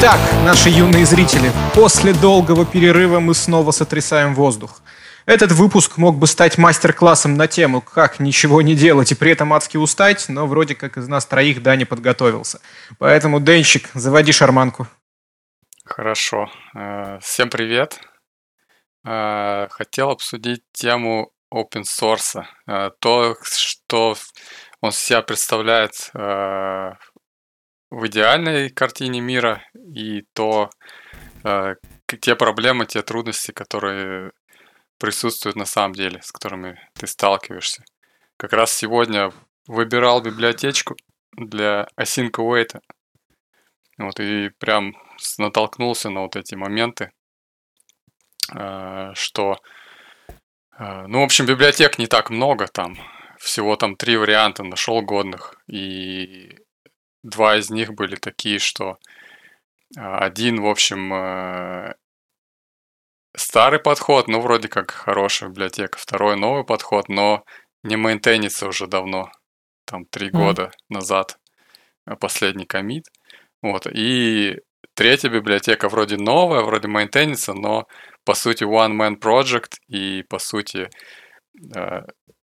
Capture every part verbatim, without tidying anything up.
Итак, наши юные зрители, после долгого перерыва мы снова сотрясаем воздух. Этот выпуск мог бы стать мастер-классом на тему «Как ничего не делать и при этом адски устать», но вроде как из нас троих Даня подготовился. Поэтому, Денчик, заводи шарманку. Хорошо. Э, Всем привет. Э, Хотел обсудить тему open source. Э, То, что он из себя представляет э, в идеальной картине мира, и то, э, к- те проблемы, те трудности, которые присутствуют на самом деле, с которыми ты сталкиваешься. Как раз сегодня выбирал библиотечку для async await, вот, и прям с- натолкнулся на вот эти моменты, э, что, э, ну, в общем, библиотек не так много там, всего там три варианта нашел годных, и два из них были такие, что э, один, в общем, э, старый подход, ну, вроде как хорошая библиотека, второй новый подход, но не мейнтейнится уже давно, там, три Мгм. года назад э, последний коммит, вот, и третья библиотека вроде новая, вроде мейнтейнится, но по сути one-man project, и по сути э,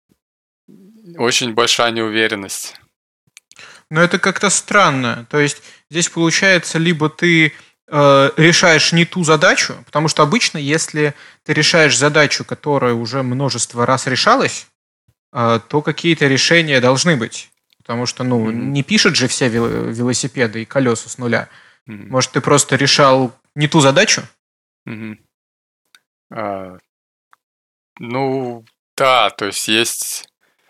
очень большая неуверенность. Но это как-то странно. То есть здесь получается, либо ты э, решаешь не ту задачу, потому что обычно, если ты решаешь задачу, которая уже множество раз решалась, э, то какие-то решения должны быть. Потому что, ну, Мгм, не пишет же все вел- велосипеды и колеса с нуля. мгм, Может, ты просто решал не ту задачу? мгм. А, ну, да, то есть есть...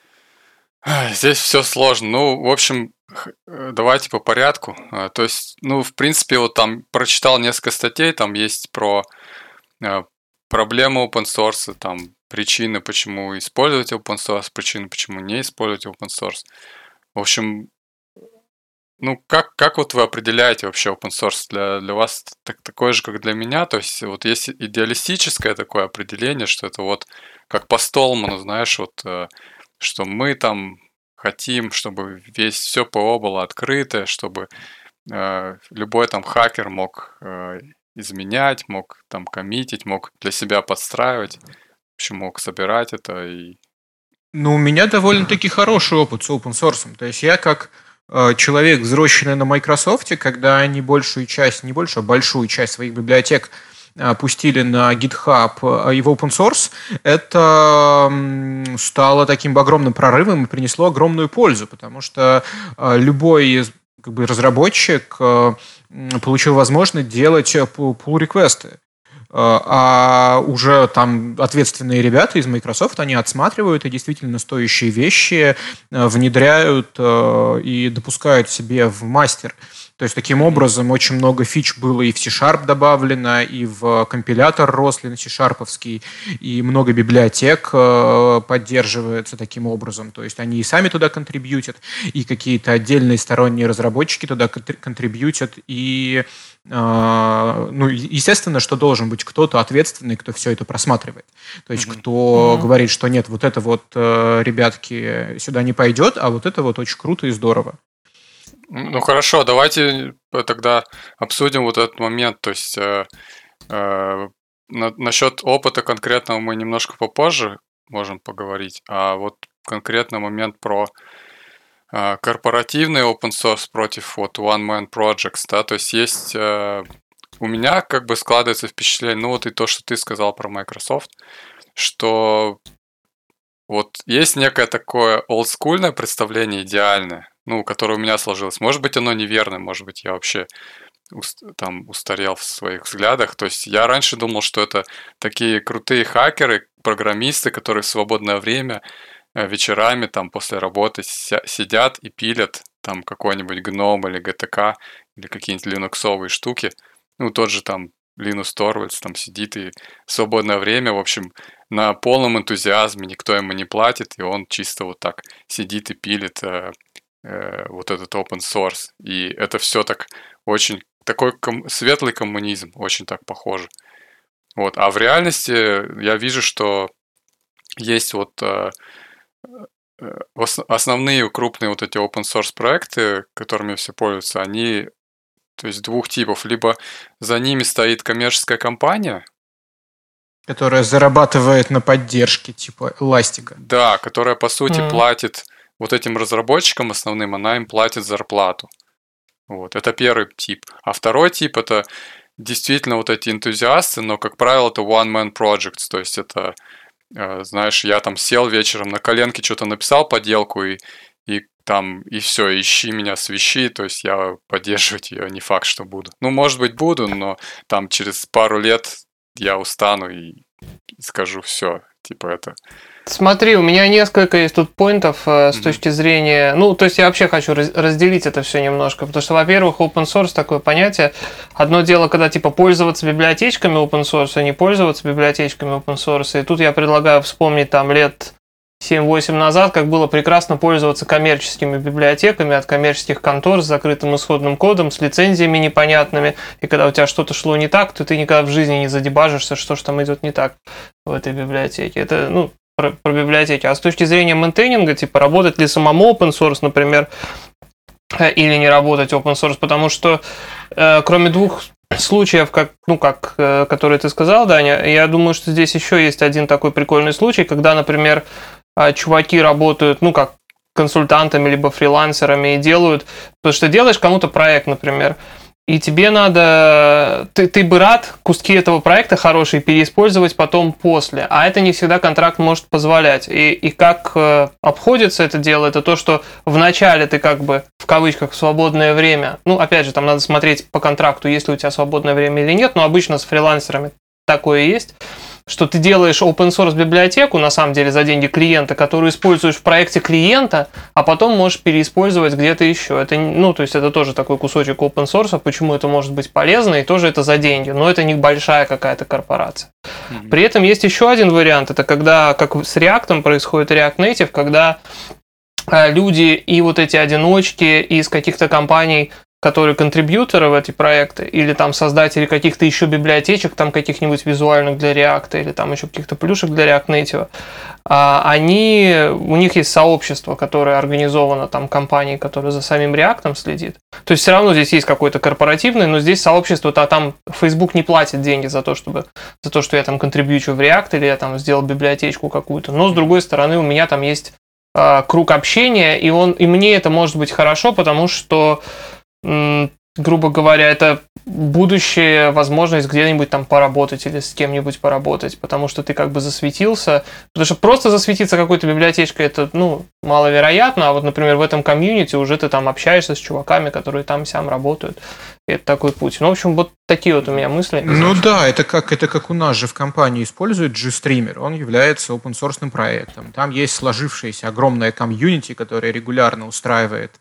Ай, здесь все сложно. Ну, в общем, х- э, давайте по порядку. А, То есть, ну, в принципе, вот там прочитал несколько статей, там есть про э, проблемы open source, там причины, почему использовать open source, причины, почему не использовать open source. В общем, ну, как, как вот вы определяете вообще open source? Для, для вас так, такое же, как для меня? То есть вот есть идеалистическое такое определение, что это вот как по Столману, знаешь, вот, э, что мы там хотим, чтобы весь все ПО было открытое, чтобы э, любой там хакер мог э, изменять, мог там коммитить, мог для себя подстраивать, в общем, мог собирать это и... Ну, у меня довольно-таки хороший опыт с open source. То есть я как э, человек, взросленный на Microsoft, когда они большую часть, не большую, а большую часть своих библиотек э, пустили на GitHub э, и в open source, это м, стало таким огромным прорывом и принесло огромную пользу, потому что э, любой как бы, разработчик э, м, получил возможность делать э, pull-реквесты. А уже там ответственные ребята из Microsoft, они отсматривают и действительно стоящие вещи э, внедряют э, и допускают себе в мастер. То есть таким Мгм. образом очень много фич было и в C-Sharp добавлено, и в компилятор Roslyn C-Sharp'овский, и много библиотек э, поддерживается таким образом. То есть они и сами туда контрибьютят, и какие-то отдельные сторонние разработчики туда контрибьютят, и а, ну, естественно, что должен быть кто-то ответственный, кто все это просматривает. То есть, Мгм. кто Ну, говорит, что нет, вот это вот, э, ребятки, сюда не пойдет, а вот это вот очень круто и здорово. Ну хорошо, давайте э, тогда обсудим вот этот момент. То есть э, э, на- насчет опыта конкретного мы немножко попозже можем поговорить. А вот конкретно момент про э, корпоративный open source против вот one man projects, да, то есть есть э, у меня как бы складывается впечатление, ну вот и то, что ты сказал про Microsoft, что вот есть некое такое олдскульное представление идеальное, ну, которое у меня сложилось. Может быть, оно неверное, может быть, я вообще ус- там устарел в своих взглядах. То есть я раньше думал, что это такие крутые хакеры, программисты, которые в свободное время э, вечерами там после работы ся- сидят и пилят там какой-нибудь гном или джи ти кей или какие-нибудь линуксовые штуки. Ну, тот же там Линус Торвальдс там сидит и в свободное время, в общем, на полном энтузиазме, никто ему не платит, и он чисто вот так сидит и пилит э, э, вот этот open source. И это все так очень такой ком- светлый коммунизм, очень так похоже. Вот. А в реальности я вижу, что есть вот э, э, ос- основные крупные вот эти open source проекты, которыми все пользуются, они то есть двух типов. Либо за ними стоит коммерческая компания, которая зарабатывает на поддержке, типа Elastic. да, которая, по сути, Мгм. платит вот этим разработчикам основным, она им платит зарплату. Вот, это первый тип. А второй тип — это действительно вот эти энтузиасты, но, как правило, это one-man projects, то есть это, э, знаешь, я там сел вечером на коленке, что-то написал поделку, и, и там, и все, ищи меня, свищи, то есть я поддерживать ее не факт, что буду. Ну, может быть, буду, но там через пару лет я устану и скажу все, типа это. Смотри, у меня несколько есть тут поинтов э, с Мгм. точки зрения... Ну, то есть я вообще хочу раз- разделить это все немножко, потому что, во-первых, open source такое понятие. Одно дело, когда типа пользоваться библиотечками open source, а не пользоваться библиотечками open source. И тут я предлагаю вспомнить там лет семь-восемь назад, как было прекрасно пользоваться коммерческими библиотеками от коммерческих контор с закрытым исходным кодом, с лицензиями непонятными. И когда у тебя что-то шло не так, то ты никогда в жизни не задебажишься, что ж там идет не так в этой библиотеке. Это, ну, про, про библиотеки. А с точки зрения мейнтейнинга, типа, работать ли самому open source, например, э, или не работать open source, потому что э, кроме двух случаев, как, ну, как, э, которые ты сказал, Даня, я думаю, что здесь еще есть один такой прикольный случай, когда, например, э, чуваки работают, ну, как консультантами, либо фрилансерами и делают, потому что делаешь кому-то проект, например, и тебе надо... Ты, ты бы рад куски этого проекта хорошие переиспользовать потом после, а это не всегда контракт может позволять. И, и как э, обходится это дело, это то, что вначале ты как бы, в кавычках, в свободное время, ну, опять же, там надо смотреть по контракту, есть ли у тебя свободное время или нет, но обычно с фрилансерами такое есть, что ты делаешь open source библиотеку, на самом деле, за деньги клиента, которую используешь в проекте клиента, а потом можешь переиспользовать где-то еще. Это, ну, то есть это тоже такой кусочек open source, почему это может быть полезно, и тоже это за деньги, но это не большая какая-то корпорация. Mm-hmm. При этом есть еще один вариант, это когда, как с React происходит React Native, когда люди и вот эти одиночки из каких-то компаний, которые контрибьюторы в эти проекты, или там создатели каких-то еще библиотечек, там каких-нибудь визуальных для React, или там еще каких-то плюшек для React Native, они, у них есть сообщество, которое организовано там компанией, которая за самим React следит. То есть все равно здесь есть какой-то корпоративный, но здесь сообщество-то, там Facebook не платит деньги за то, чтобы, за то, что я там контрибьючу в React, или я там сделал библиотечку какую-то. Но с другой стороны, у меня там есть э, круг общения, и, он, и мне это может быть хорошо, потому что грубо говоря, это будущая возможность где-нибудь там поработать или с кем-нибудь поработать, потому что ты как бы засветился. Потому что просто засветиться какой-то библиотечкой, это, ну, маловероятно, а вот, например, в этом комьюнити уже ты там общаешься с чуваками, которые там-сям работают. И это такой путь. Ну, в общем, вот такие вот у меня мысли. Ну да, это как, это как у нас же в компании используют GStreamer. Он является open-source проектом. Там есть сложившееся огромное комьюнити, которое регулярно устраивает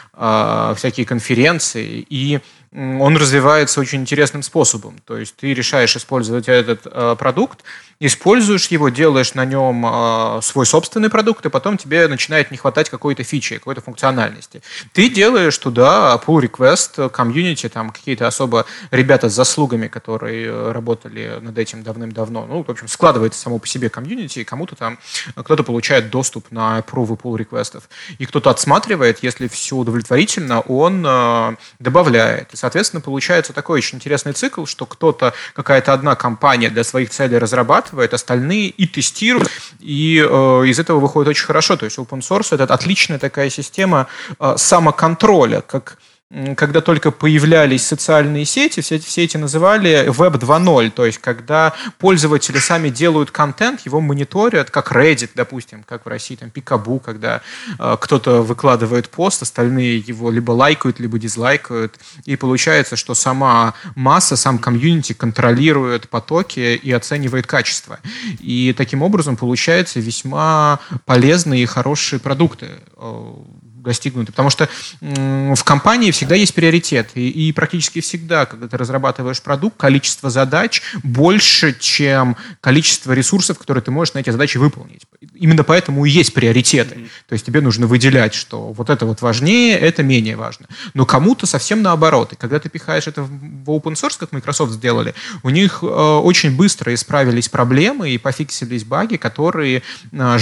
э, всякие конференции, и он развивается очень интересным способом. То есть ты решаешь использовать этот э, продукт, используешь его, делаешь на нем э, свой собственный продукт, и потом тебе начинает не хватать какой-то фичи, какой-то функциональности. Ты делаешь туда pull request, комьюнити, там какие-то особо ребята с заслугами, которые работали над этим давным-давно. Ну, в общем, складывается само по себе комьюнити, и кому-то там, кто-то получает доступ на approve pull реквестов, и кто-то отсматривает, если все удовлетворительно, он э, добавляет. И, соответственно, получается такой очень интересный цикл, что кто-то, какая-то одна компания для своих целей разрабатывает, остальные и тестируют, и э, из этого выходит очень хорошо. То есть open source — это отличная такая система э, самоконтроля, как когда только появлялись социальные сети, все, все эти называли веб два ноль, то есть когда пользователи сами делают контент, его мониторят, как Reddit, допустим, как в России, там, Пикабу, когда э, кто-то выкладывает пост, остальные его либо лайкают, либо дизлайкают, и получается, что сама масса, сам комьюнити контролирует потоки и оценивает качество. И таким образом получаются весьма полезные и хорошие продукты достигнуты. Потому что м, в компании всегда есть приоритет. И, и практически всегда, когда ты разрабатываешь продукт, количество задач больше, чем количество ресурсов, которые ты можешь на эти задачи выполнить. Именно поэтому и есть приоритеты. Mm-hmm. То есть тебе нужно выделять, что вот это вот важнее, это менее важно. Но кому-то совсем наоборот. И когда ты пихаешь это в open source, как Microsoft сделали, у них э, очень быстро исправились проблемы и пофиксились баги, которые э,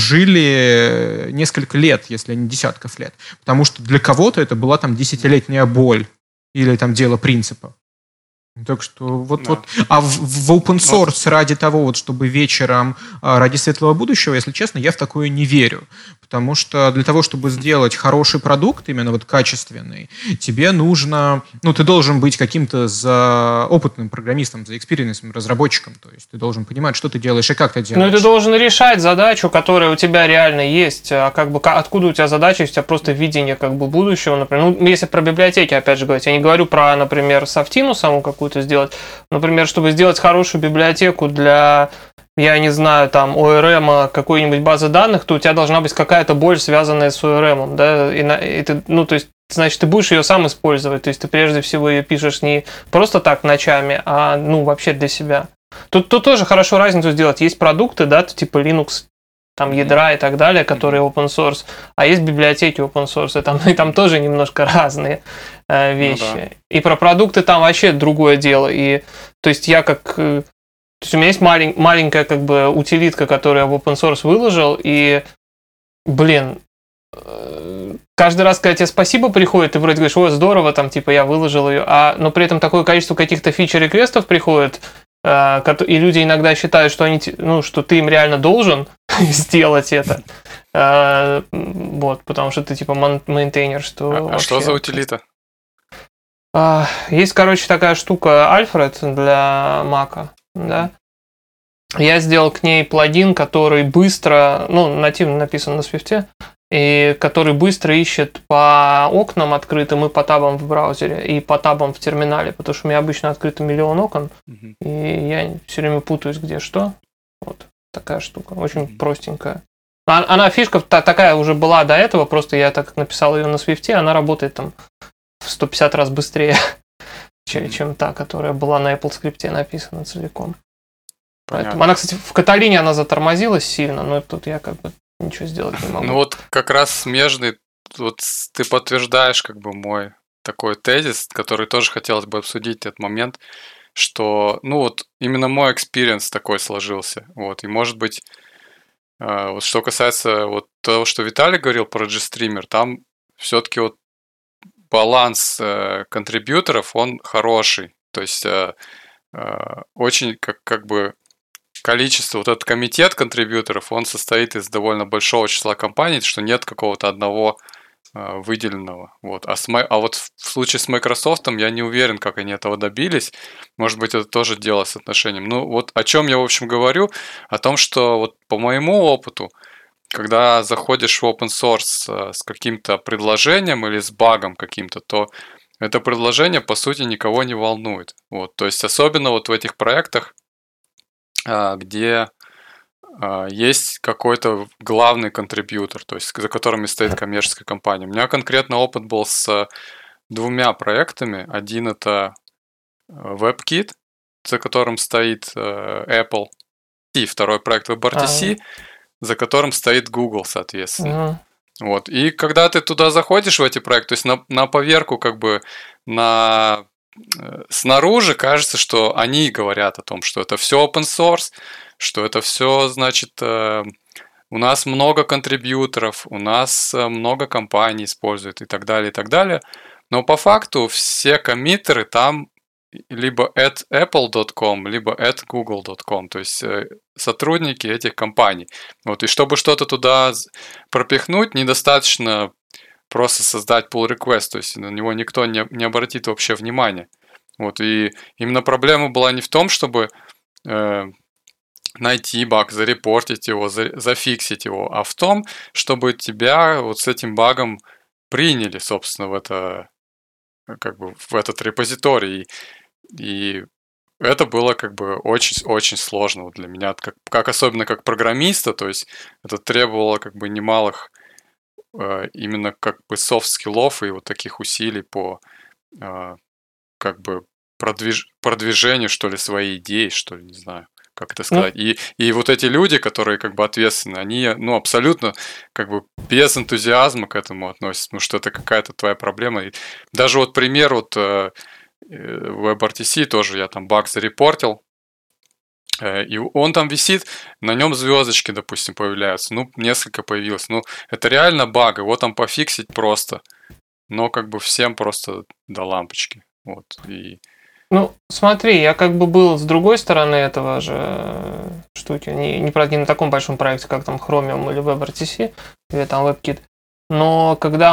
жили несколько лет, если не десятков лет. Потому что для кого-то это была там десятилетняя боль. Или там дело принципа. Так что вот, Да. вот. А в, в open source вот. Ради того, вот, чтобы вечером, ради светлого будущего, если честно, я в такое не верю. Потому что для того, чтобы сделать хороший продукт, именно вот качественный, тебе нужно, ну, ты должен быть каким-то за опытным программистом, за экспириенсным разработчиком. То есть ты должен понимать, что ты делаешь и как ты делаешь. Ну, ты должен решать задачу, которая у тебя реально есть. А как бы откуда у тебя задача, у тебя просто видение как бы будущего, например. Ну, если про библиотеки, опять же, говорить, я не говорю про, например, софтину саму какую-то сделать. Например, чтобы сделать хорошую библиотеку для, я не знаю, там, о эр эм, какой-нибудь базы данных, то у тебя должна быть какая-то боль, связанная с о эр эм, да, и, на, и ты, ну, то есть, значит, ты будешь ее сам использовать, то есть, ты прежде всего ее пишешь не просто так ночами, а, ну, вообще для себя. Тут, тут тоже хорошо разницу сделать. Есть продукты, да, типа Linux, там, ядра и так далее, которые open source, а есть библиотеки open source, и там, и там тоже немножко разные э, вещи. Ну, да. И про продукты там вообще другое дело. И, то есть, я как... То есть, у меня есть малень, маленькая, как бы, утилитка, которую я в open source выложил, и, блин, каждый раз, когда тебе спасибо приходит, ты вроде говоришь, ой, здорово, там, типа, я выложил ее, а, но при этом такое количество каких-то фичер-реквестов приходит, и люди иногда считают, что, они, ну, что ты им реально должен сделать это. Вот, потому что ты типа мейнтейнер, что... А, а что за утилита? Есть, короче, такая штука Alfred для Mac, да. Я сделал к ней плагин, который быстро, ну, нативно написан на Swift, и который быстро ищет по окнам открытым и по табам в браузере, и по табам в терминале, потому что у меня обычно открыто миллион окон, uh-huh. и я все время путаюсь, где что. Вот такая штука, очень uh-huh. простенькая. Она, она фишка та, такая уже была до этого, просто я так как написал ее на Swift, она работает там в сто пятьдесят раз быстрее, uh-huh. чем та, которая была на AppleScript написана целиком. Поэтому она, кстати, в Каталине она затормозилась сильно, но тут я как бы ничего сделать не могу. Ну вот как раз смежный, вот ты подтверждаешь как бы мой такой тезис, который тоже хотелось бы обсудить этот момент, что, ну вот именно мой экспириенс такой сложился, вот, и может быть, э, вот что касается вот того, что Виталий говорил про GStreamer, там все-таки вот баланс э, контрибьюторов, он хороший, то есть э, э, очень как, как бы количество, вот этот комитет контрибьюторов, он состоит из довольно большого числа компаний, что нет какого-то одного э, выделенного. Вот. А, с, а вот в случае с Microsoft я не уверен, как они этого добились. Может быть, это тоже дело с отношением. Ну, вот о чем я, в общем, говорю, о том, что вот по моему опыту, когда заходишь в open source э, с каким-то предложением или с багом каким-то, то это предложение, по сути, никого не волнует. Вот. То есть, особенно вот в этих проектах, где есть какой-то главный контрибьютор, то есть за которыми стоит коммерческая компания. У меня конкретно опыт был с двумя проектами. Один это WebKit, за которым стоит Apple, и второй проект WebRTC, а. за которым стоит Google, соответственно. А. Вот. И когда ты туда заходишь в эти проекты, то есть на, на поверку, как бы на... снаружи кажется, что они говорят о том, что это все open source, что это все, значит, у нас много контрибьюторов, у нас много компаний используют и так далее, и так далее. Но по факту все коммиттеры там либо at apple точка com, либо at google точка com, то есть сотрудники этих компаний. Вот, и чтобы что-то туда пропихнуть, недостаточно просто создать pull request, то есть на него никто не, не обратит вообще внимания. Вот, и именно проблема была не в том, чтобы э, найти баг, зарепортить его, за, зафиксить его, а в том, чтобы тебя вот с этим багом приняли, собственно, в это, как бы в этот репозиторий. И это было как бы очень-очень сложно для меня, как, как особенно как программиста, то есть это требовало как бы немалых именно как бы софт-скиллов и вот таких усилий по как бы продвиж... продвижению, что ли, своей идеи, что ли, не знаю, как это сказать. Mm. И, и вот эти люди, которые как бы ответственны, они, ну, абсолютно как бы без энтузиазма к этому относятся, потому что это какая-то твоя проблема. И даже вот пример вот WebRTC тоже я там баг зарепортил, и он там висит, на нем звездочки, допустим, появляются, ну, несколько появилось, ну, это реально баг, его там пофиксить просто, но как бы всем просто до лампочки. Вот, и... Ну, смотри, я как бы был с другой стороны этого же штуки, не, не, правда, не на таком большом проекте, как там Chromium или WebRTC, или там WebKit, но когда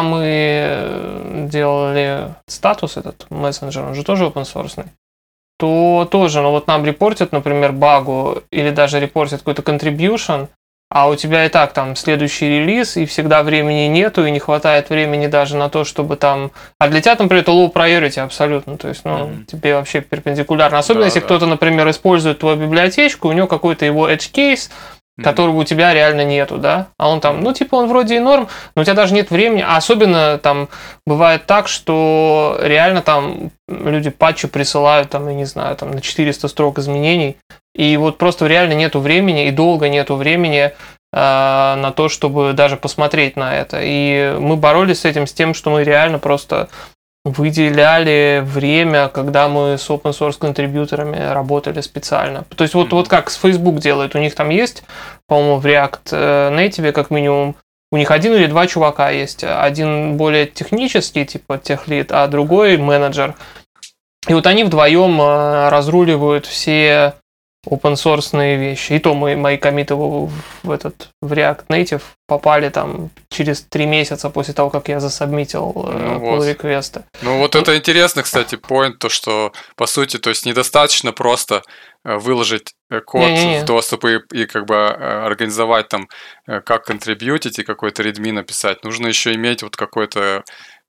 мы делали статус, этот мессенджер, он же тоже open source, то тоже, ну вот нам репортят, например, багу, или даже репортят какой-то contribution, а у тебя и так там следующий релиз, и всегда времени нету, и не хватает времени даже на то, чтобы там... А для тебя, например, это low priority абсолютно, то есть, ну, mm-hmm. тебе вообще перпендикулярно. Особенно, да, если да. кто-то, например, использует твою библиотечку, у него какой-то его edge case, mm-hmm. которого у тебя реально нету, да? А он там, ну, типа, он вроде и норм, но у тебя даже нет времени. А особенно там бывает так, что реально там люди патчи присылают, там, я не знаю, там на четыреста строк изменений, и вот просто реально нету времени, и долго нету времени э, на то, чтобы даже посмотреть на это. И мы боролись с этим, с тем, что мы реально просто выделяли время, когда мы с open source контрибьюторами работали специально. То есть вот, mm-hmm. вот как с Facebook делает, у них там есть, по-моему, в React Native как минимум, у них один или два чувака есть. Один более технический, типа техлид, а другой менеджер. И вот они вдвоем разруливают все open-source вещи. И то мы, мои коммиты в, в этот в React Native попали там через три месяца после того, как я засабмитил ну, pull вот. реквесты. Ну вот это интересно, кстати, point, то, что по сути, то есть недостаточно просто выложить код Не-не-не. в доступ и, и как бы организовать там, как контрибьютить и какой-то readme написать. Нужно еще иметь вот какой-то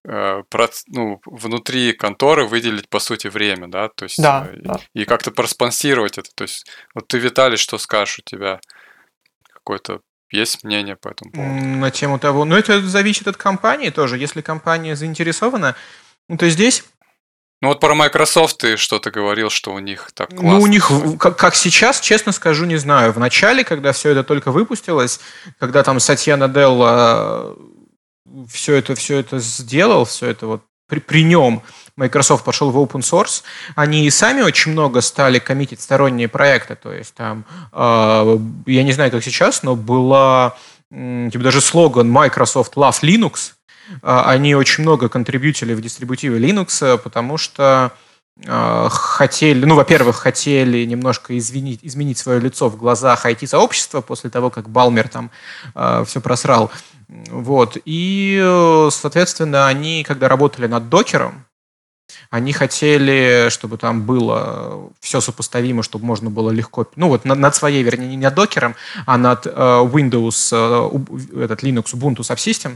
ну, внутри конторы выделить, по сути, время, да, то есть да, и, да. и как-то проспонсировать это, то есть вот ты, Виталий, что скажешь, у тебя какое-то есть мнение по этому поводу? На тему того, ну, это зависит от компании тоже, если компания заинтересована, ну, то здесь... Ну, вот про Microsoft ты что-то говорил, что у них так классно. Ну, у них, как, как сейчас, честно скажу, не знаю, в начале, когда все это только выпустилось, когда там Сатья Наделла все это, все это сделал, все это вот при, при нем Microsoft пошел в open source, они и сами очень много стали коммитить сторонние проекты, то есть там, э, я не знаю, как сейчас, но была, э, типа даже слоган Microsoft Love Linux, э, они очень много контрибьютили в дистрибутивы Linux, потому что э, хотели, ну, во-первых, хотели немножко извинить, изменить свое лицо в глазах ай ти-сообщества после того, как Балмер там э, все просрал. Вот. И, соответственно, они, когда работали над докером, они хотели, чтобы там было все сопоставимо, чтобы можно было легко... Ну, вот над, над своей, вернее, не над докером, а над э, Windows, э, этот Linux Ubuntu Subsystem.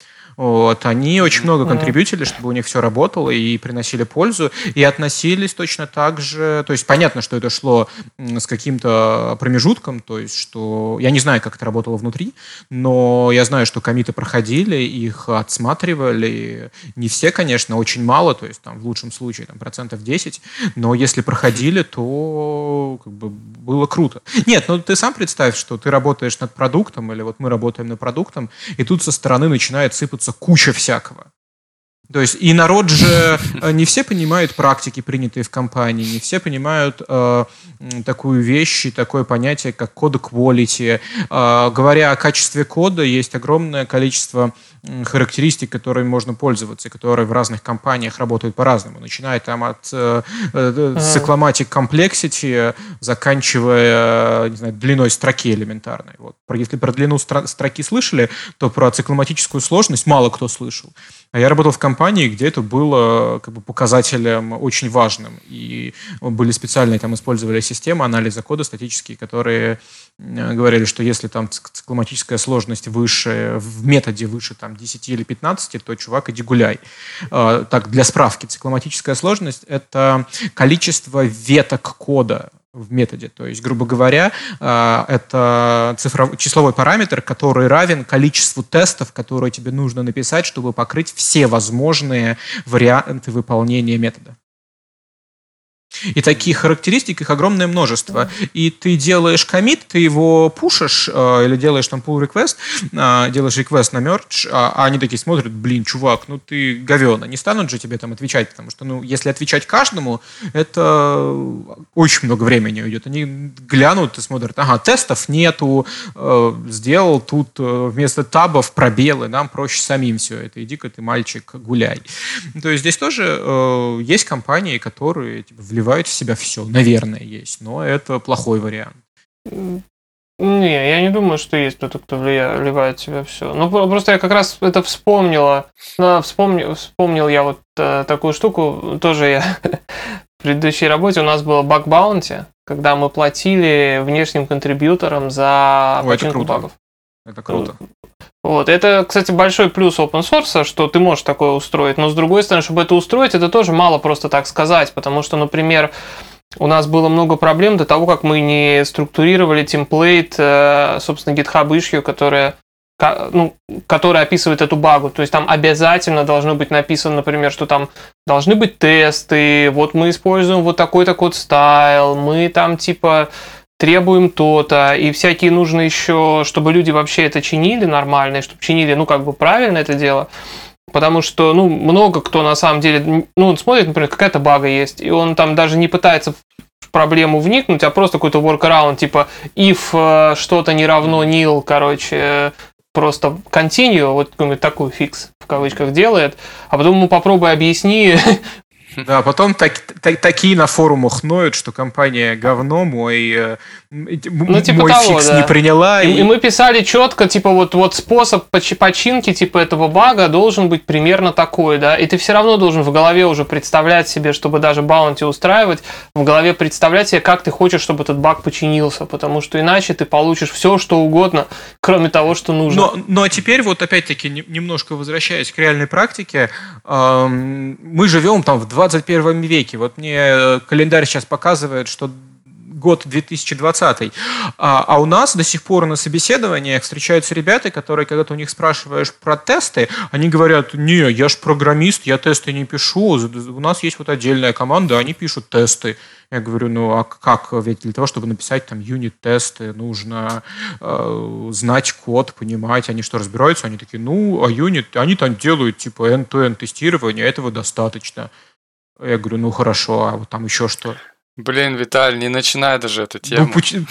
Вот, они очень много контрибьютили, чтобы у них все работало и приносили пользу, и относились точно так же, то есть понятно, что это шло с каким-то промежутком, то есть что, я не знаю, как это работало внутри, но я знаю, что коммиты проходили, их отсматривали, не все, конечно, очень мало, то есть там в лучшем случае там, процентов десять, но если проходили, то как бы было круто. Нет, ну ты сам представь, что ты работаешь над продуктом, или вот мы работаем над продуктом, и тут со стороны начинает сыпаться куча всякого. То есть и народ же не все понимают практики, принятые в компании, не все понимают э, такую вещь и такое понятие, как код quality. Э, говоря о качестве кода, есть огромное количество характеристик, которыми можно пользоваться, которые в разных компаниях работают по-разному, начиная там от э, cyclomatic complexity, заканчивая, не знаю, длиной строки элементарной. Вот. Если про длину стро- строки слышали, то про цикломатическую сложность мало кто слышал. А я работал в компании, где это было как бы показателем очень важным. И были специальные, там использовали системы анализа кода статические, которые говорили, что если там цикломатическая сложность выше, в методе выше там, десять или пятнадцать, то чувак, иди гуляй. Так, для справки, цикломатическая сложность – это количество веток кода в методе. То есть, грубо говоря, это цифровой, числовой параметр, который равен количеству тестов, которые тебе нужно написать, чтобы покрыть все возможные варианты выполнения метода. И таких характеристик их огромное множество. И ты делаешь коммит, ты его пушишь э, или делаешь там pull request, э, делаешь request на merge, а, а они такие смотрят, блин, чувак, ну ты говёна. Не станут же тебе там отвечать, потому что, ну, если отвечать каждому, это очень много времени уйдет. Они глянут и смотрят, ага, тестов нету, э, сделал тут э, вместо табов пробелы, нам проще самим все это. Иди-ка ты, мальчик, гуляй. То есть здесь тоже э, есть компании, которые типа, вливают в себя все. Наверное, есть. Но это плохой вариант. Не, я не думаю, что есть кто-то, кто влия- вливает в себя все. Ну, просто я как раз это вспомнила. Ну, вспомнил, вспомнил я вот э, такую штуку. Тоже я в предыдущей работе у нас было баг баунти, когда мы платили внешним контрибьюторам за О, починку это круто. багов. Это круто. Вот. Это, кстати, большой плюс open source, что ты можешь такое устроить. Но, с другой стороны, чтобы это устроить, это тоже мало просто так сказать. Потому что, например, у нас было много проблем до того, как мы не структурировали темплейт, собственно, GitHub issue, которая, ну, которая описывает эту багу. То есть там обязательно должно быть написано, например, что там должны быть тесты, вот мы используем вот такой-то код стайл, мы там типа... требуем то-то, и всякие нужно еще, чтобы люди вообще это чинили нормально, и чтобы чинили, ну, как бы правильно это дело, потому что, ну, много кто на самом деле, ну, он смотрит, например, какая-то бага есть, и он там даже не пытается в проблему вникнуть, а просто какой-то workaround, типа, if что-то не равно nil, короче, просто continue, вот какой-нибудь такой фикс, в кавычках, делает, а потом ему попробуй объясни. Да, потом так, так, такие на форумах ноют, что компания говно, мой, э, ну, типа мой того, фикс да. не приняла. И, и... и мы писали четко, типа, вот, вот способ починки типа этого бага должен быть примерно такой, да, и ты все равно должен в голове уже представлять себе, чтобы даже баунти устраивать, в голове представлять себе, как ты хочешь, чтобы этот баг починился, потому что иначе ты получишь все, что угодно, кроме того, что нужно. Но, но теперь вот опять-таки немножко возвращаясь к реальной практике, эм, мы живем там в двадцать первом веке. Вот мне календарь сейчас показывает, что год две тысячи двадцатый. А, а у нас до сих пор на собеседованиях встречаются ребята, которые, когда ты у них спрашиваешь про тесты, они говорят, не, я ж программист, я тесты не пишу, у нас есть вот отдельная команда, они пишут тесты. Я говорю, ну а как? Ведь для того, чтобы написать там юнит-тесты, нужно э, знать код, понимать, они что, разбираются? Они такие, ну, а юнит, они там делают типа end-to-end тестирование, этого достаточно. Я говорю, ну хорошо, а вот там еще что? Блин, Виталь, не начинай даже эту тему. Ну, почему?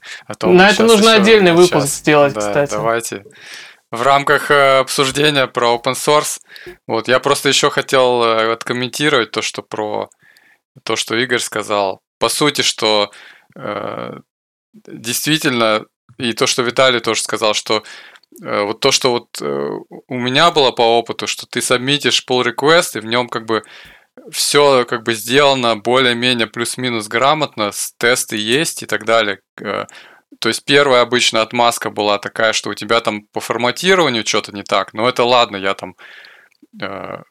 На это нужно отдельный выпуск сделать, кстати. Давайте. В рамках обсуждения про open source, вот я просто еще хотел откомментировать то, что про то, что Игорь сказал. По сути, что э, действительно, и то, что Виталий тоже сказал, что э, вот то, что вот э, у меня было по опыту, что ты сабмитишь pull request, и в нем как бы все как бы сделано более-менее плюс-минус грамотно, тесты есть и так далее. То есть первая обычно отмазка была такая, что у тебя там по форматированию что-то не так, но это ладно, я там, э,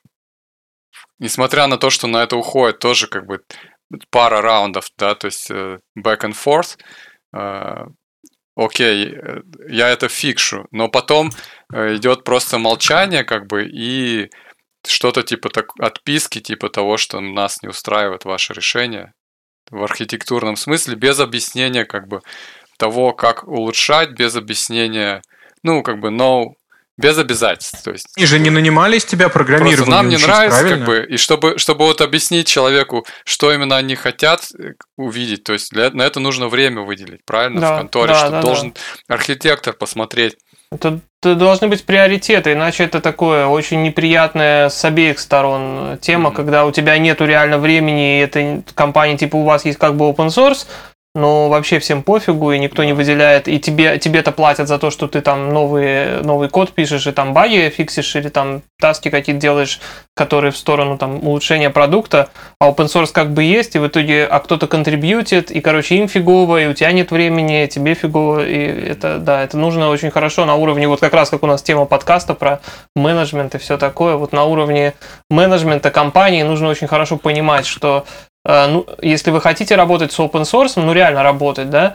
несмотря на то, что на это уходит тоже как бы пара раундов, да, то есть э, back and forth, э, окей, я это фикшу, но потом э, идет просто молчание как бы и что-то типа так, отписки, типа того, что нас не устраивает ваше решение в архитектурном смысле, без объяснения как бы того, как улучшать, без объяснения, ну, как бы, no, без обязательств. То есть, и же не нанимались тебя программировать. Нам не учить, нравится, правильно? как бы, и чтобы, чтобы вот объяснить человеку, что именно они хотят увидеть, то есть для, на это нужно время выделить, правильно, да, в конторе, да, что да, должен да. архитектор посмотреть. Это, это должны быть приоритеты, иначе это такое очень неприятная с обеих сторон тема, mm-hmm. когда у тебя нету реально времени, и эта компания, типа, у вас есть как бы open source, но вообще всем пофигу, и никто не выделяет, и тебе, тебе-то платят за то, что ты там новый, новый код пишешь, и там баги фиксишь, или там таски какие-то делаешь, которые в сторону там улучшения продукта, а open source как бы есть, и в итоге, а кто-то контрибьютит, и, короче, им фигово, и у тебя нет времени, тебе фигово, и это, да, это нужно очень хорошо на уровне, вот как раз как у нас тема подкаста про менеджмент и все такое, вот на уровне менеджмента компании нужно очень хорошо понимать, что ну, если вы хотите работать с open source, ну реально работать, да,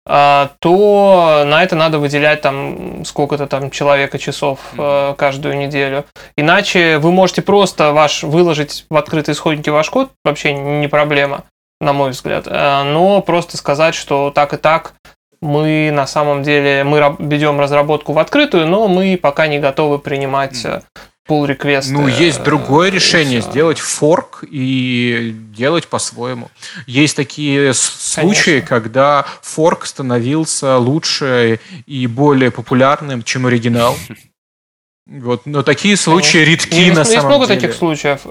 то на это надо выделять там сколько-то там человека часов mm-hmm. каждую неделю. Иначе вы можете просто ваш выложить в открытые исходники ваш код, вообще не проблема. на мой взгляд. Но просто сказать, что так и так мы на самом деле мы ведем разработку в открытую, но мы пока не готовы принимать pull реквесты. Ну, есть другое решение, сделать форк и делать по-своему. Есть такие случаи, Конечно. когда форк становился лучше и более популярным, чем оригинал. Вот, но такие случаи Конечно. редки есть, на самом деле. Есть много таких случаев.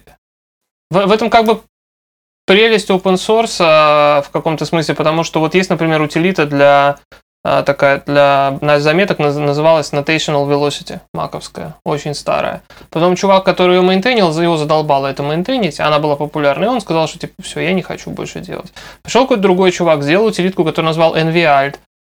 В, в этом как бы прелесть open source в каком-то смысле, потому что вот есть, например, утилита для такая для заметок называлась Notational Velocity, маковская, очень старая. Потом чувак, который ее мейнтейнил, его задолбало это мейнтейнить, она была популярна, и он сказал, что типа все, я не хочу больше делать. Пришел какой-то другой чувак, сделал утилитку, которую назвал NVAlt,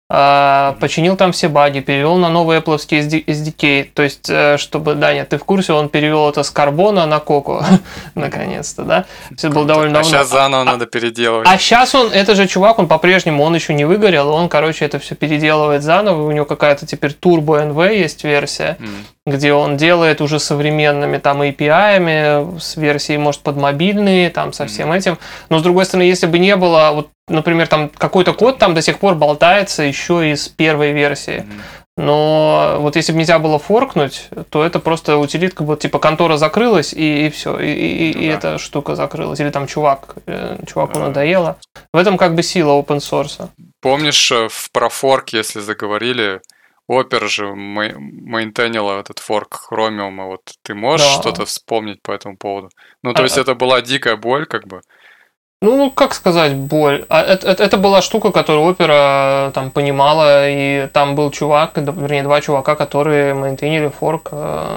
починил там все баги, перевел на новый Apple-овский эс ди кей, то есть, чтобы, Даня, ты в курсе, он перевел это с Карбона на Коко, наконец-то, да? Это было довольно давно. А сейчас заново а, надо переделывать. А сейчас он, это же чувак, он по-прежнему, он еще не выгорел, он, короче, это все переделывает заново, у него какая-то теперь Turbo эн ви есть версия, mm. где он делает уже современными там эй пи ай-ами, с версией, может, под мобильные, там, со всем mm. этим, но, с другой стороны, если бы не было, вот, например, там какой-то код там до сих пор болтается еще из первой версии. Mm-hmm. Но вот если бы нельзя было форкнуть, то это просто утилитка, вот типа контора закрылась, и, и все, и, и, ну, и да. эта штука закрылась. Или там чувак, чуваку да. надоело. В этом как бы сила open source. Помнишь, в про форк, если заговорили, Opera же мейнтейнила этот форк Chromium, вот ты можешь да. что-то вспомнить по этому поводу? Ну, то а, есть это была дикая боль, как бы? Ну, как сказать, боль. Это, это, это была штука, которую Opera там понимала, и там был чувак, вернее, два чувака, которые мейнтейнили форк.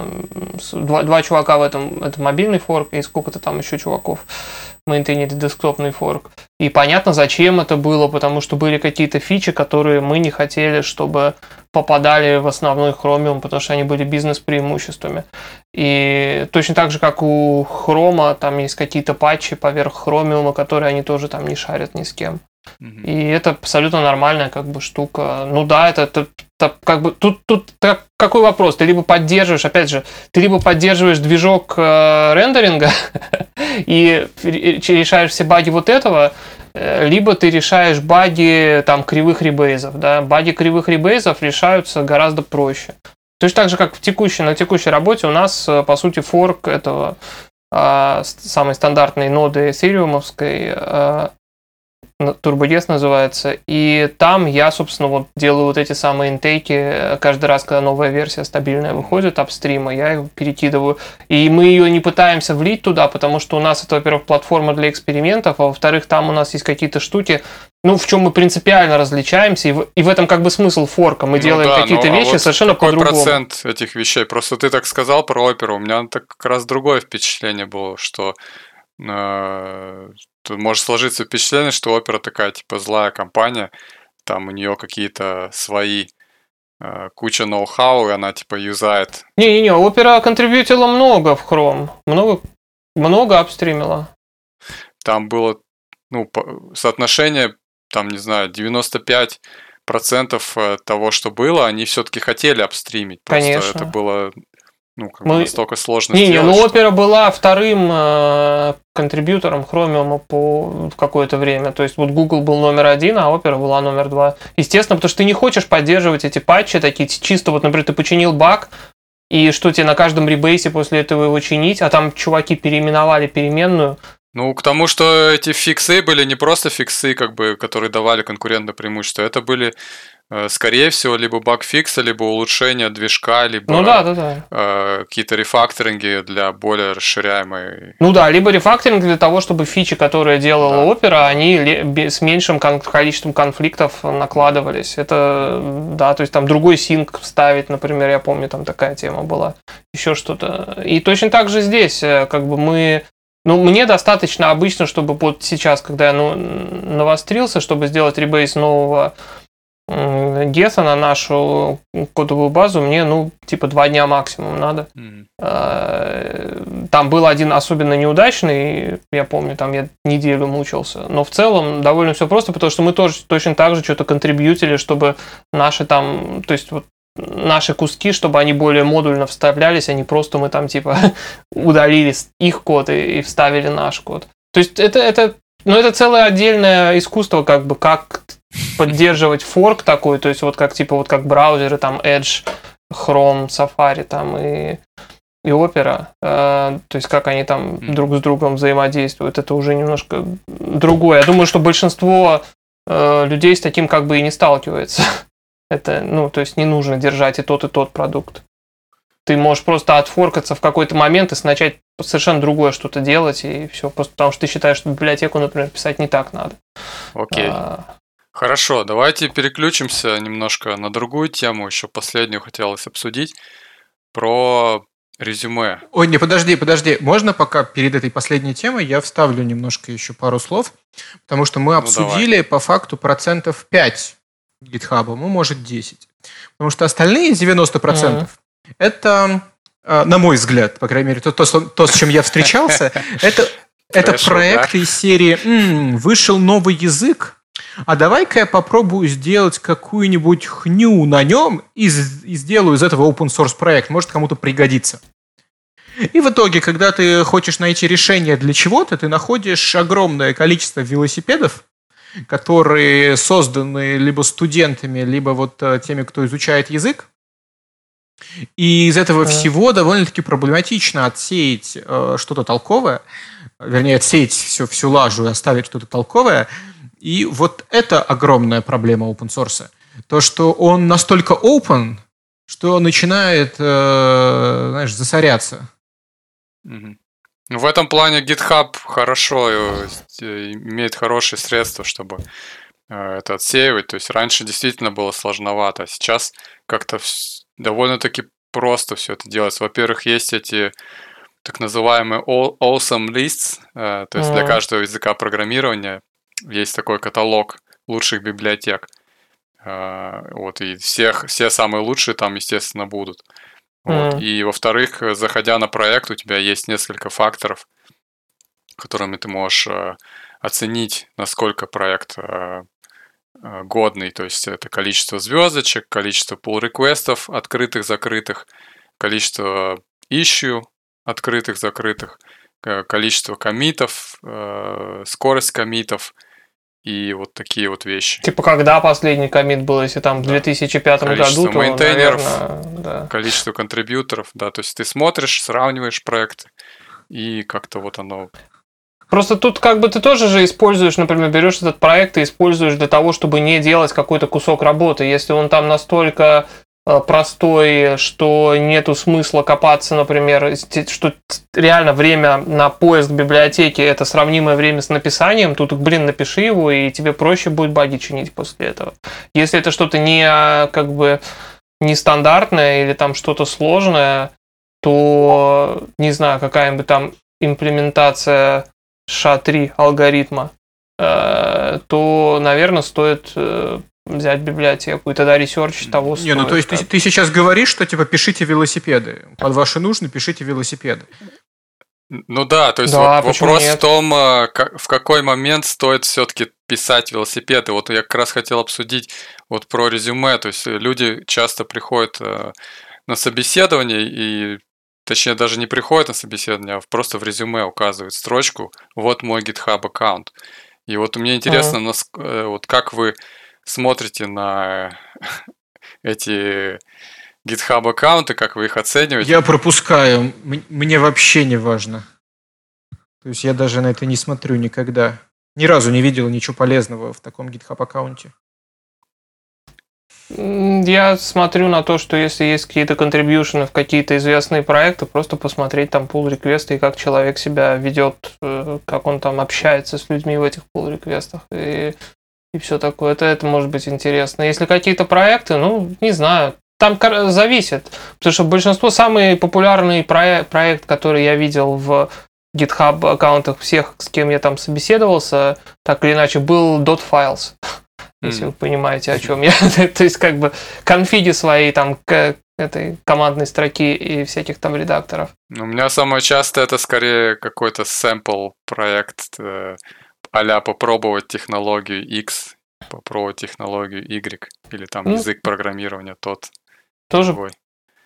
Два, два чувака в этом, это мобильный форк, и сколько-то там еще чуваков мейнтейнили десктопный форк. И понятно, зачем это было, потому что были какие-то фичи, которые мы не хотели, чтобы попадали в основной Chromium, потому что они были бизнес-преимуществами. И точно так же, как у Chrome, там есть какие-то патчи поверх Chromium, которые они тоже там не шарят ни с кем. Mm-hmm. И это абсолютно нормальная как бы штука. Ну да, это, это, это как бы тут, тут так, какой вопрос? Ты либо поддерживаешь, опять же, ты либо поддерживаешь движок э, рендеринга и решаешь все баги вот этого, либо ты решаешь баги там кривых ребейзов. Да? Баги кривых ребейзов решаются гораздо проще. Точно так же, как в текущей, на текущей работе у нас, по сути, форк этого э, самой стандартной ноды эфириумовской, э, TurboDes называется, и там я, собственно, вот делаю вот эти самые интейки каждый раз, когда новая версия стабильная выходит апстрима, я их перекидываю, и мы ее не пытаемся влить туда, потому что у нас это, во-первых, платформа для экспериментов, а во-вторых, там у нас есть какие-то штуки, ну, в чем мы принципиально различаемся, и в, и в этом как бы смысл форка, мы ну делаем да, какие-то ну, вещи а вот совершенно какой по-другому. Какой процент этих вещей? Просто ты так сказал про Opera, у меня так как раз другое впечатление было, что э, может сложиться впечатление, что Opera такая, типа, злая компания, там у нее какие-то свои э, куча ноу-хау, и она, типа, юзает. Не-не-не, Opera контрибьютила много в Chrome, много, много апстримила. Там было, ну, соотношение, там, не знаю, девяносто пять процентов того, что было, они все-таки хотели апстримить. Просто Конечно. Это было... Ну, как Мы... бы настолько сложно не, сделать. Не, ну что... Opera была вторым э, контрибьютором Chromium по в какое-то время. То есть вот Google был номер один, а Opera была номер два. Естественно, потому что ты не хочешь поддерживать эти патчи такие чисто, вот, например, ты починил баг, и что тебе на каждом ребейсе после этого его чинить, а там чуваки переименовали переменную. Ну, к тому, что эти фиксы были не просто фиксы, как бы, которые давали конкурентное преимущество, это были, э, скорее всего, либо баг-фиксы, либо улучшение движка, либо ну, да, да, да. Э, какие-то рефакторинги для более расширяемой... Ну да, либо рефакторинг для того, чтобы фичи, которые делала да. Opera, они с меньшим количеством конфликтов накладывались. Это, да, то есть там другой синк ставить, например, я помню, там такая тема была, еще что-то. И точно так же здесь, как бы мы... Ну, мне достаточно обычно, чтобы вот сейчас, когда я ну, навострился, чтобы сделать ребейс нового гета на нашу кодовую базу, мне, ну, типа два дня максимум надо. Mm-hmm. Там был один особенно неудачный, я помню, там я неделю мучился. Но в целом довольно все просто, потому что мы тоже точно так же что-то контрибьютили, чтобы наши там, то есть вот наши куски, чтобы они более модульно вставлялись, а не просто мы там типа удалили их код и, и вставили наш код. То есть это, это Ну, это целое отдельное искусство, как бы, как поддерживать форк такой, то есть вот как, типа, вот как браузеры, там, Edge, Chrome, Safari, там, и, и Opera, э, то есть как они там друг с другом взаимодействуют, это уже немножко другое. Я думаю, что большинство э, людей с таким как бы и не сталкивается. Это, ну, то есть не нужно держать и тот, и тот продукт. Ты можешь просто отфоркаться в какой-то момент и начать совершенно другое что-то делать, и все, просто потому что ты считаешь, что библиотеку, например, писать не так надо. Окей. А, Хорошо, давайте переключимся немножко на другую тему, еще последнюю хотелось обсудить, про резюме. Ой, не, подожди, подожди. Можно пока перед этой последней темой я вставлю немножко еще пару слов? Потому что мы Ну, обсудили давай. по факту процентов пять GitHub, ну, может, десять. Потому что остальные девяносто процентов это, э, на мой взгляд, по крайней мере, то, то, с- то, с чем я встречался, это, это Трэш, проекты из серии «М, вышел новый язык, а давай-ка я попробую сделать какую-нибудь хню на нем и, с- и сделаю из этого open source проект. Может, кому-то пригодится. И в итоге, когда ты хочешь найти решение для чего-то, ты находишь огромное количество велосипедов, которые созданы либо студентами, либо вот э, теми, кто изучает язык. И из этого Мгм. всего довольно-таки проблематично отсеять э, что-то толковое, вернее, отсеять всю, всю лажу и оставить что-то толковое. И вот это огромная проблема open source. То, что он настолько open, что начинает, э, знаешь, засоряться. Мгм. Ну, в этом плане GitHub хорошо э, с- э, имеет хорошие средства, чтобы э, это отсеивать. То есть раньше действительно было сложновато, а сейчас как-то вс- довольно-таки просто все это делается. Во-первых, есть эти так называемые all- awesome lists, э, то есть для Мгм. каждого языка программирования есть такой каталог лучших библиотек. Э, Вот, и всех, все самые лучшие там, естественно, будут. Вот. Мгм. И во-вторых, э, заходя на проект, у тебя есть несколько факторов, которыми ты можешь э, оценить, насколько проект э, э, годный. То есть это количество звездочек, количество pull-реквестов открытых, закрытых, количество issue открытых, закрытых, э, количество коммитов, э, скорость коммитов и вот такие вот вещи. Типа, когда последний коммит был, если там в Да. две тысячи пятом Количество году, то, мейнтейнеров, наверное, да. количество контрибьюторов, да, то есть ты смотришь, сравниваешь проекты, и как-то вот оно... Просто тут как бы ты тоже же используешь, например, берешь этот проект и используешь для того, чтобы не делать какой-то кусок работы. Если он там настолько э, простой, что нету смысла копаться, например, сти- что т- реально время на поиск библиотеки это сравнимое время с написанием, тут, блин, напиши его, и тебе проще будет баги чинить после этого. Если это что-то не а, как бы нестандартное или там что-то сложное, то, не знаю, какая-нибудь там имплементация ша три алгоритма, э, то, наверное, стоит э, взять библиотеку, и тогда ресерч того Не, ну стоит. то есть ты, как. ты сейчас говоришь, что типа пишите велосипеды. Под ваши нужны пишите велосипеды. Ну да, то есть Да, во- почему вопрос в нет? том, э, ка- в какой момент стоит все-таки писать велосипеды. Вот я как раз хотел обсудить вот про резюме. То есть э, люди часто приходят э, на собеседование и, точнее, даже не приходят на собеседование, а просто в резюме указывают строчку «Вот мой GitHub аккаунт». И вот мне интересно, Мгм. нас- э, вот как вы смотрите на эти GitHub аккаунты, как вы их оцениваете? Я пропускаю. М- Мне вообще не важно. То есть я даже на это не смотрю никогда. Ни разу не видел ничего полезного в таком GitHub аккаунте. М, Я смотрю на то, что если есть какие-то контрибьюшены в какие-то известные проекты, просто посмотреть там pull реквесты и как человек себя ведет, э, как он там общается с людьми в этих pull реквестах и, и все такое. Это, это может быть интересно. Если какие-то проекты, ну, не знаю, там кор- зависит. Потому что большинство, самый популярный проект, проект, который я видел в GitHub аккаунтах всех, с кем я там собеседовался, так или иначе, был .files. Если вы М. понимаете, о чем я. То есть, как бы, конфиги свои там к этой командной строки и всяких там редакторов. Ну, у меня самое частое это скорее какой-то сэмпл проект э, а-ля попробовать технологию X, попробовать технологию Y, или там Ну, язык программирования тот, тоже другой.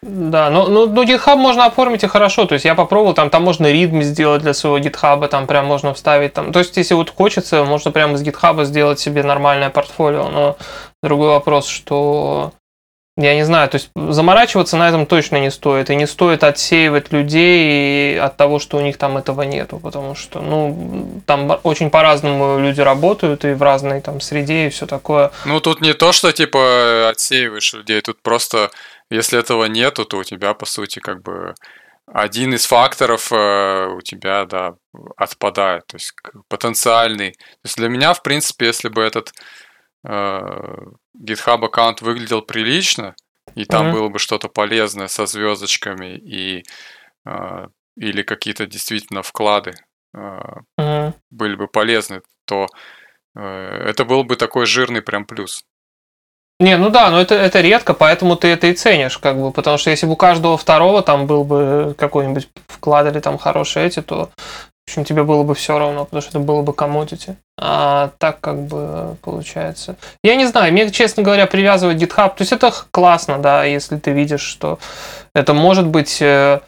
Да, ну, ну, ну GitHub можно оформить и хорошо, то есть я попробовал, там, там можно readme сделать для своего GitHub, там прям можно вставить, там, то есть если вот хочется, можно прямо из GitHub сделать себе нормальное портфолио, но другой вопрос, что я не знаю, то есть заморачиваться на этом точно не стоит, и не стоит отсеивать людей от того, что у них там этого нету, потому что, ну, там очень по-разному люди работают, и в разной там среде, и все такое. Ну, тут не то, что, типа, отсеиваешь людей, тут просто... Если этого нету, то у тебя, по сути, как бы один из факторов э, у тебя, да, отпадает, то есть потенциальный. То есть для меня, в принципе, если бы этот э, GitHub аккаунт выглядел прилично, и там mm-hmm. было бы что-то полезное со звездочками и э, или какие-то действительно вклады э, mm-hmm. были бы полезны, то э, это был бы такой жирный прям плюс. Не, ну да, но это, это редко, поэтому ты это и ценишь, как бы, потому что если бы у каждого второго там был бы какой-нибудь вклад или там хорошие эти, то, в общем, тебе было бы все равно, потому что это было бы commodity. А так как бы получается. Я не знаю, мне, честно говоря, привязывать GitHub, то есть это классно, да, если ты видишь, что это может быть,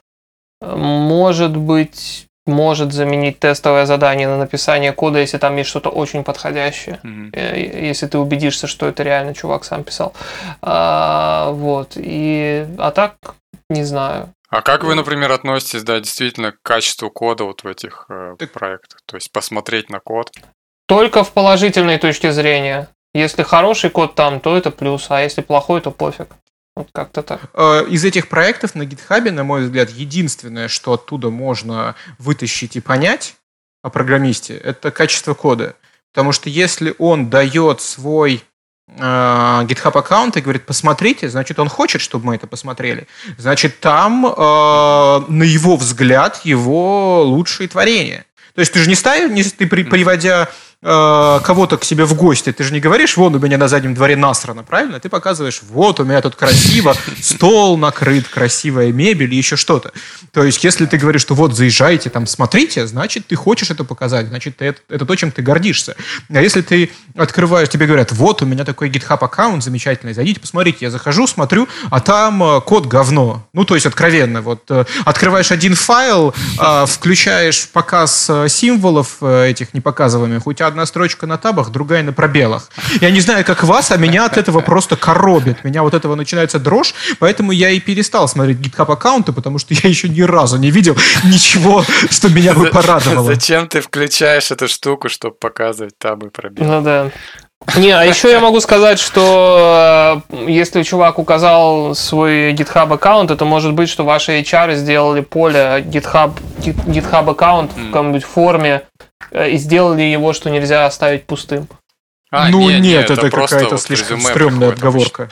может быть, может заменить тестовое задание на написание кода, если там есть что-то очень подходящее. Mm-hmm. Если ты убедишься, что это реально чувак сам писал. А, вот. И, а так, не знаю. А как вы, например, относитесь, да, действительно к качеству кода вот в этих э, проектах? То есть посмотреть на код? Только в положительной точке зрения. Если хороший код там, то это плюс, а если плохой, то пофиг. Вот как-то так. Из этих проектов на GitHub, на мой взгляд, единственное, что оттуда можно вытащить и понять о программисте, это качество кода. Потому что если он дает свой э, GitHub аккаунт и говорит, посмотрите, значит, он хочет, чтобы мы это посмотрели. Значит, там, э, на его взгляд, его лучшие творения. То есть ты же не ставишь, не, ты при, приводя э, кого-то к себе в гости, ты же не говоришь, вон у меня на заднем дворе насрано, правильно? Ты показываешь, вот у меня тут красиво, стол накрыт, красивая мебель и еще что-то. То есть если ты говоришь, что вот заезжайте, там смотрите, значит ты хочешь это показать, значит это, это то, чем ты гордишься. А если ты открываешь, тебе говорят, вот у меня такой GitHub аккаунт замечательный, зайдите, посмотрите, я захожу, смотрю, а там код говно. Ну то есть откровенно, вот открываешь один файл, включаешь показ символов этих непоказываемых, у тебя одна строчка на табах, другая на пробелах. Я не знаю, как вас, а меня от этого просто коробит. Меня вот этого начинается дрожь, поэтому я и перестал смотреть GitHub аккаунты, потому что я еще ни разу не видел ничего, что меня бы порадовало. Зачем ты включаешь эту штуку, чтобы показывать табы и пробелы? Ну да. Не, а еще я могу сказать, что если чувак указал свой GitHub аккаунт, это может быть, что ваши эйч ар сделали поле GitHub, GitHub аккаунт mm. в какой-нибудь форме и сделали его, что нельзя оставить пустым. А, ну не, нет, это, это какая-то вот слишком стрёмная отговорка.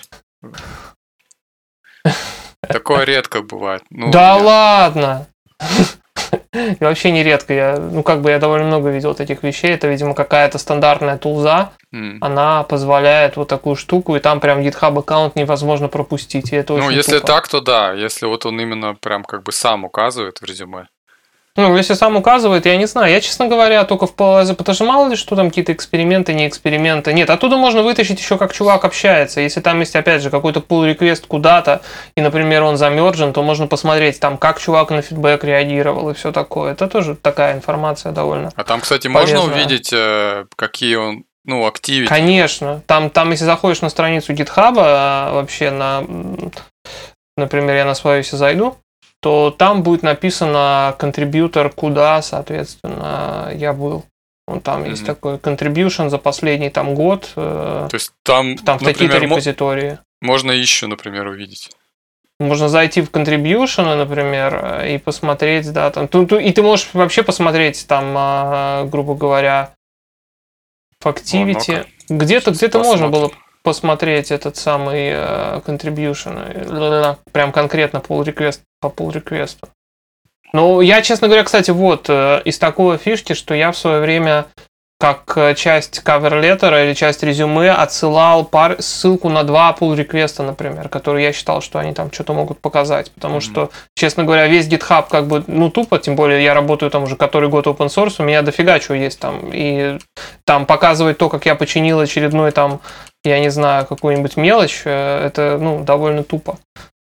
Такое редко бывает. Ну, да я... ладно! И вообще нередко. Я, ну, как бы я довольно много видел таких вещей. Это, видимо, какая-то стандартная тулза. Mm. Она позволяет вот такую штуку, и там прям GitHub аккаунт невозможно пропустить. И это ну, очень если тупо. Так, то да. Если вот он именно прям как бы сам указывает в резюме. Ну, если сам указывает, я не знаю. Я, честно говоря, только в полозе, потому что мало ли, что там какие-то эксперименты, не эксперименты. Нет, оттуда можно вытащить еще, как чувак общается. Если там есть, опять же, какой-то pull-request куда-то, и, например, он замерджен, то можно посмотреть, там, как чувак на фидбэк реагировал и все такое. Это тоже такая информация довольно А там, кстати, полезная. Можно увидеть, какие он, ну, активити? Конечно. Там, там, если заходишь на страницу GitHub, вообще на, например, я на свою если зайду, то там будет написано контрибьютор, куда, соответственно, я был. Вон там mm-hmm. есть такой contribution за последний там год. То есть там, там в какие-то репозитории. Можно еще, например, увидеть. Можно зайти в contribution, например, и посмотреть, да, там. И ты можешь вообще посмотреть там, грубо говоря, в activity. Ну, где-то, где-то можно было посмотреть этот самый uh, contribution, прям конкретно pull request по pull request. Ну, я, честно говоря, кстати, вот из такой фишки, что я в свое время как часть кавер-леттера или часть резюме отсылал пар... ссылку на два pull request, например, которые я считал, что они там что-то могут показать, потому mm-hmm. что, честно говоря, весь GitHub как бы, ну, тупо, тем более я работаю там уже который год open source, у меня дофига чего есть там, и там показывать то, как я починил очередной там, я не знаю, какую-нибудь мелочь, это, ну, довольно тупо.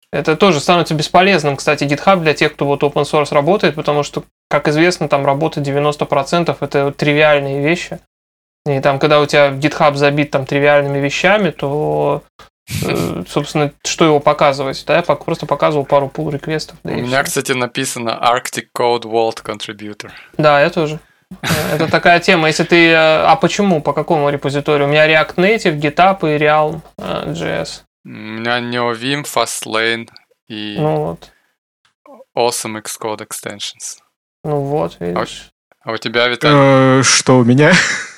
Это тоже становится бесполезным, кстати, GitHub для тех, кто вот open source работает, потому что, как известно, там работа девяносто процентов это вот тривиальные вещи. И там, когда у тебя GitHub забит там тривиальными вещами, то, э, собственно, что его показывать? Да, я просто показывал пару pull-реквестов. Да, у меня, все. Кстати, написано Arctic Code Vault Contributor. Да, я тоже. Это такая тема. Если ты... А почему? По какому репозиторию? У меня React Native, GitHub и Realm.js. У меня NeoVim, Fastlane и ну вот. Awesome Xcode Extensions. Ну вот, видишь. А у тебя, Виталий? Что у меня?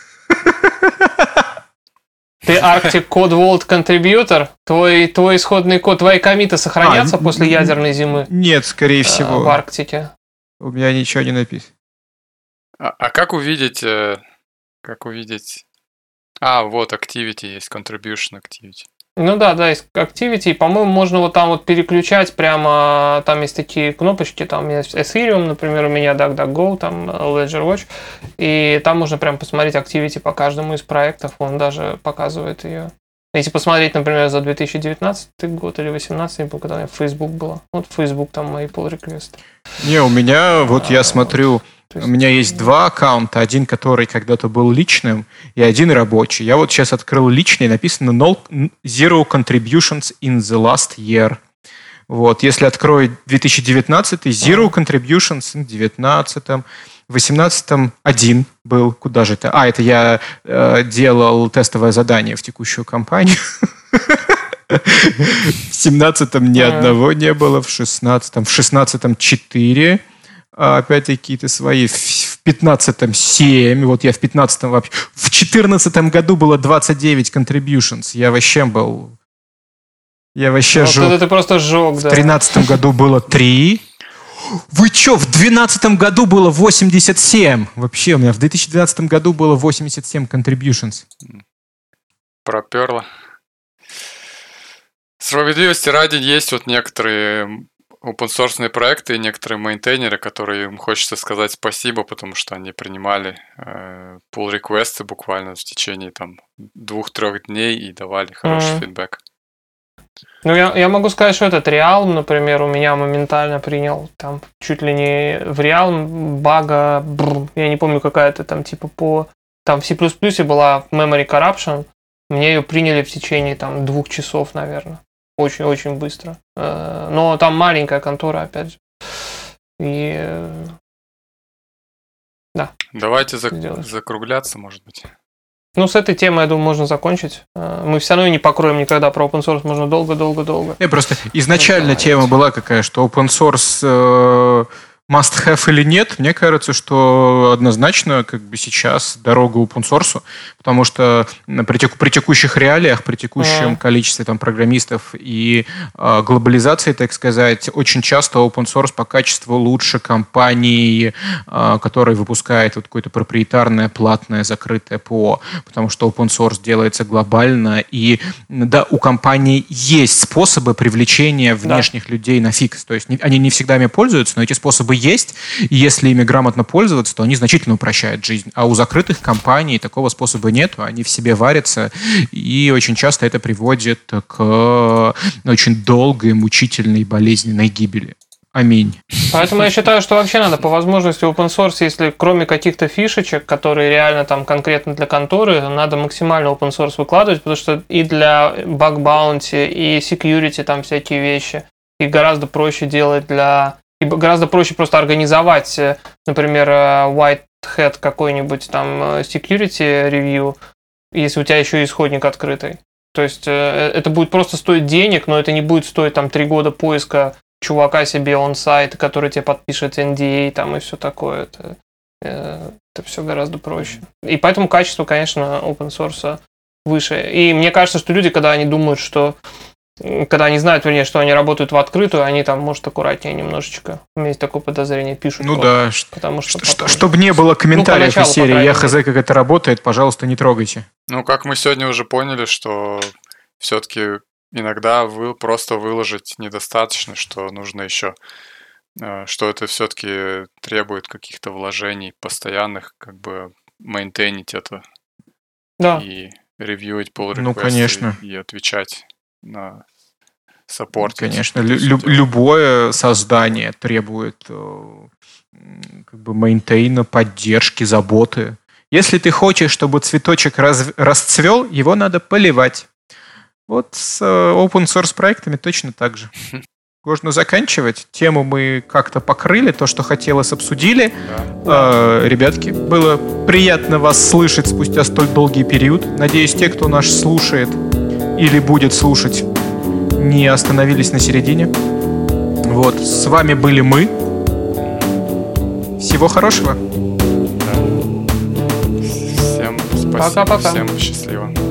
Ты Arctic Code Vault Contributor? Твой, твой исходный код, твои коммиты сохранятся а, после ядерной зимы? Нет, скорее всего. В Арктике. У меня ничего не написано. А, а как увидеть... Как увидеть... А, вот Activity есть, Contribution Activity. Ну да, да, есть Activity. По-моему, можно вот там вот переключать прямо, там есть такие кнопочки, там есть Ethereum, например, у меня DuckDuckGo, там Ledger Watch, и там можно прям посмотреть Activity по каждому из проектов, он даже показывает ее. Если посмотреть, например, за две тысячи девятнадцатый год или две тысячи восемнадцатый, когда у меня Facebook было, вот Facebook там мои pull реквесты. Не, у меня, вот я смотрю, у меня есть два аккаунта, один, который когда-то был личным, и один рабочий. Я вот сейчас открыл личный, написано no, Zero Contributions in the last year. Вот, если открою две тысячи девятнадцатый, Zero Contributions in девятнадцатом, в восемнадцатом один был. Куда же это? А, это я э, делал тестовое задание в текущую кампанию. В семнадцатом ни одного не было, в шестнадцатом, в шестнадцатом четыре. Опять какие-то свои. В пятнадцатом семь. Вот я в пятнадцатом вообще. В четырнадцатом году было двадцать девять contributions. Я вообще был... Я вообще вот жег. Это ты просто жег, в да. В тринадцатом году было три. Вы чё, в двенадцатом году было восемьдесят семь? Вообще, у меня в две тысячи двенадцатом году было восемьдесят семь contributions. Проперло. Справедливости ради, есть вот некоторые open-source проекты и некоторые мейнтейнеры, которые им хочется сказать спасибо, потому что они принимали э, pull-реквесты буквально в течение там двух-трех дней и давали хороший mm-hmm. фидбэк. Ну, я, я могу сказать, что этот Realm, например, у меня моментально принял там чуть ли не в Realm бага, бррр, я не помню, какая-то там типа по... Там в C++ была memory corruption, мне ее приняли в течение там двух часов, наверное. Очень-очень быстро. Но там маленькая контора, опять же. И... Да. Давайте зак- закругляться, может быть. Ну, с этой темой, я думаю, можно закончить. Мы все равно не покроем никогда про open source, можно долго-долго-долго. Не, просто изначально тема была какая, что open source must-have или нет. Мне кажется, что однозначно как бы сейчас дорога open source, потому что при, теку, при текущих реалиях, при текущем mm. количестве там, программистов и э, глобализации, так сказать, очень часто open source по качеству лучше компаний, э, которые выпускают вот какое-то проприетарное, платное, закрытое ПО, потому что open source делается глобально, и да, у компаний есть способы привлечения внешних да. людей на фикс. То есть не, они не всегда ими пользуются, но эти способы есть, и если ими грамотно пользоваться, то они значительно упрощают жизнь. А у закрытых компаний такого способа нет, они в себе варятся, и очень часто это приводит к очень долгой, мучительной, болезненной гибели. Аминь. Поэтому я считаю, что вообще надо по возможности open source, если кроме каких-то фишечек, которые реально там конкретно для конторы, надо максимально open source выкладывать, потому что и для bug bounty, и security там всякие вещи, и гораздо проще делать для... И гораздо проще просто организовать, например, white hat какой-нибудь там security review, если у тебя еще и исходник открытый. То есть это будет просто стоить денег, но это не будет стоить там три года поиска чувака себе он-сайт, который тебе подпишет эн ди эй там и все такое. Это, это все гораздо проще. И поэтому качество, конечно, open source выше. И мне кажется, что люди, когда они думают, что когда они знают, вернее, что они работают в открытую, они там, может, аккуратнее немножечко. У меня есть такое подозрение, пишут. Ну код, да, потому что потом... чтобы не было комментариев ну, из серии «Я хз, как это работает, пожалуйста, не трогайте». Ну, как мы сегодня уже поняли, что все-таки иногда вы просто выложить недостаточно, что нужно еще, что это все-таки требует каких-то вложений постоянных, как бы мейнтейнить это. Да. И ревьюить pull-реквесты ну, конечно. и отвечать на саппортить. Конечно, лю- любое создание требует как бы мейнтейна, поддержки, заботы. Если ты хочешь, чтобы цветочек раз- расцвел, его надо поливать. Вот с open source проектами точно так же. Можно заканчивать. Тему мы как-то покрыли, то, что хотелось, обсудили. Да. Э, ребятки, было приятно вас слышать спустя столь долгий период. Надеюсь, те, кто нас слушает или будет слушать, не остановились на середине. Вот, с вами были мы. Всего хорошего. Да. Всем спасибо. Пока-пока. Всем счастливо.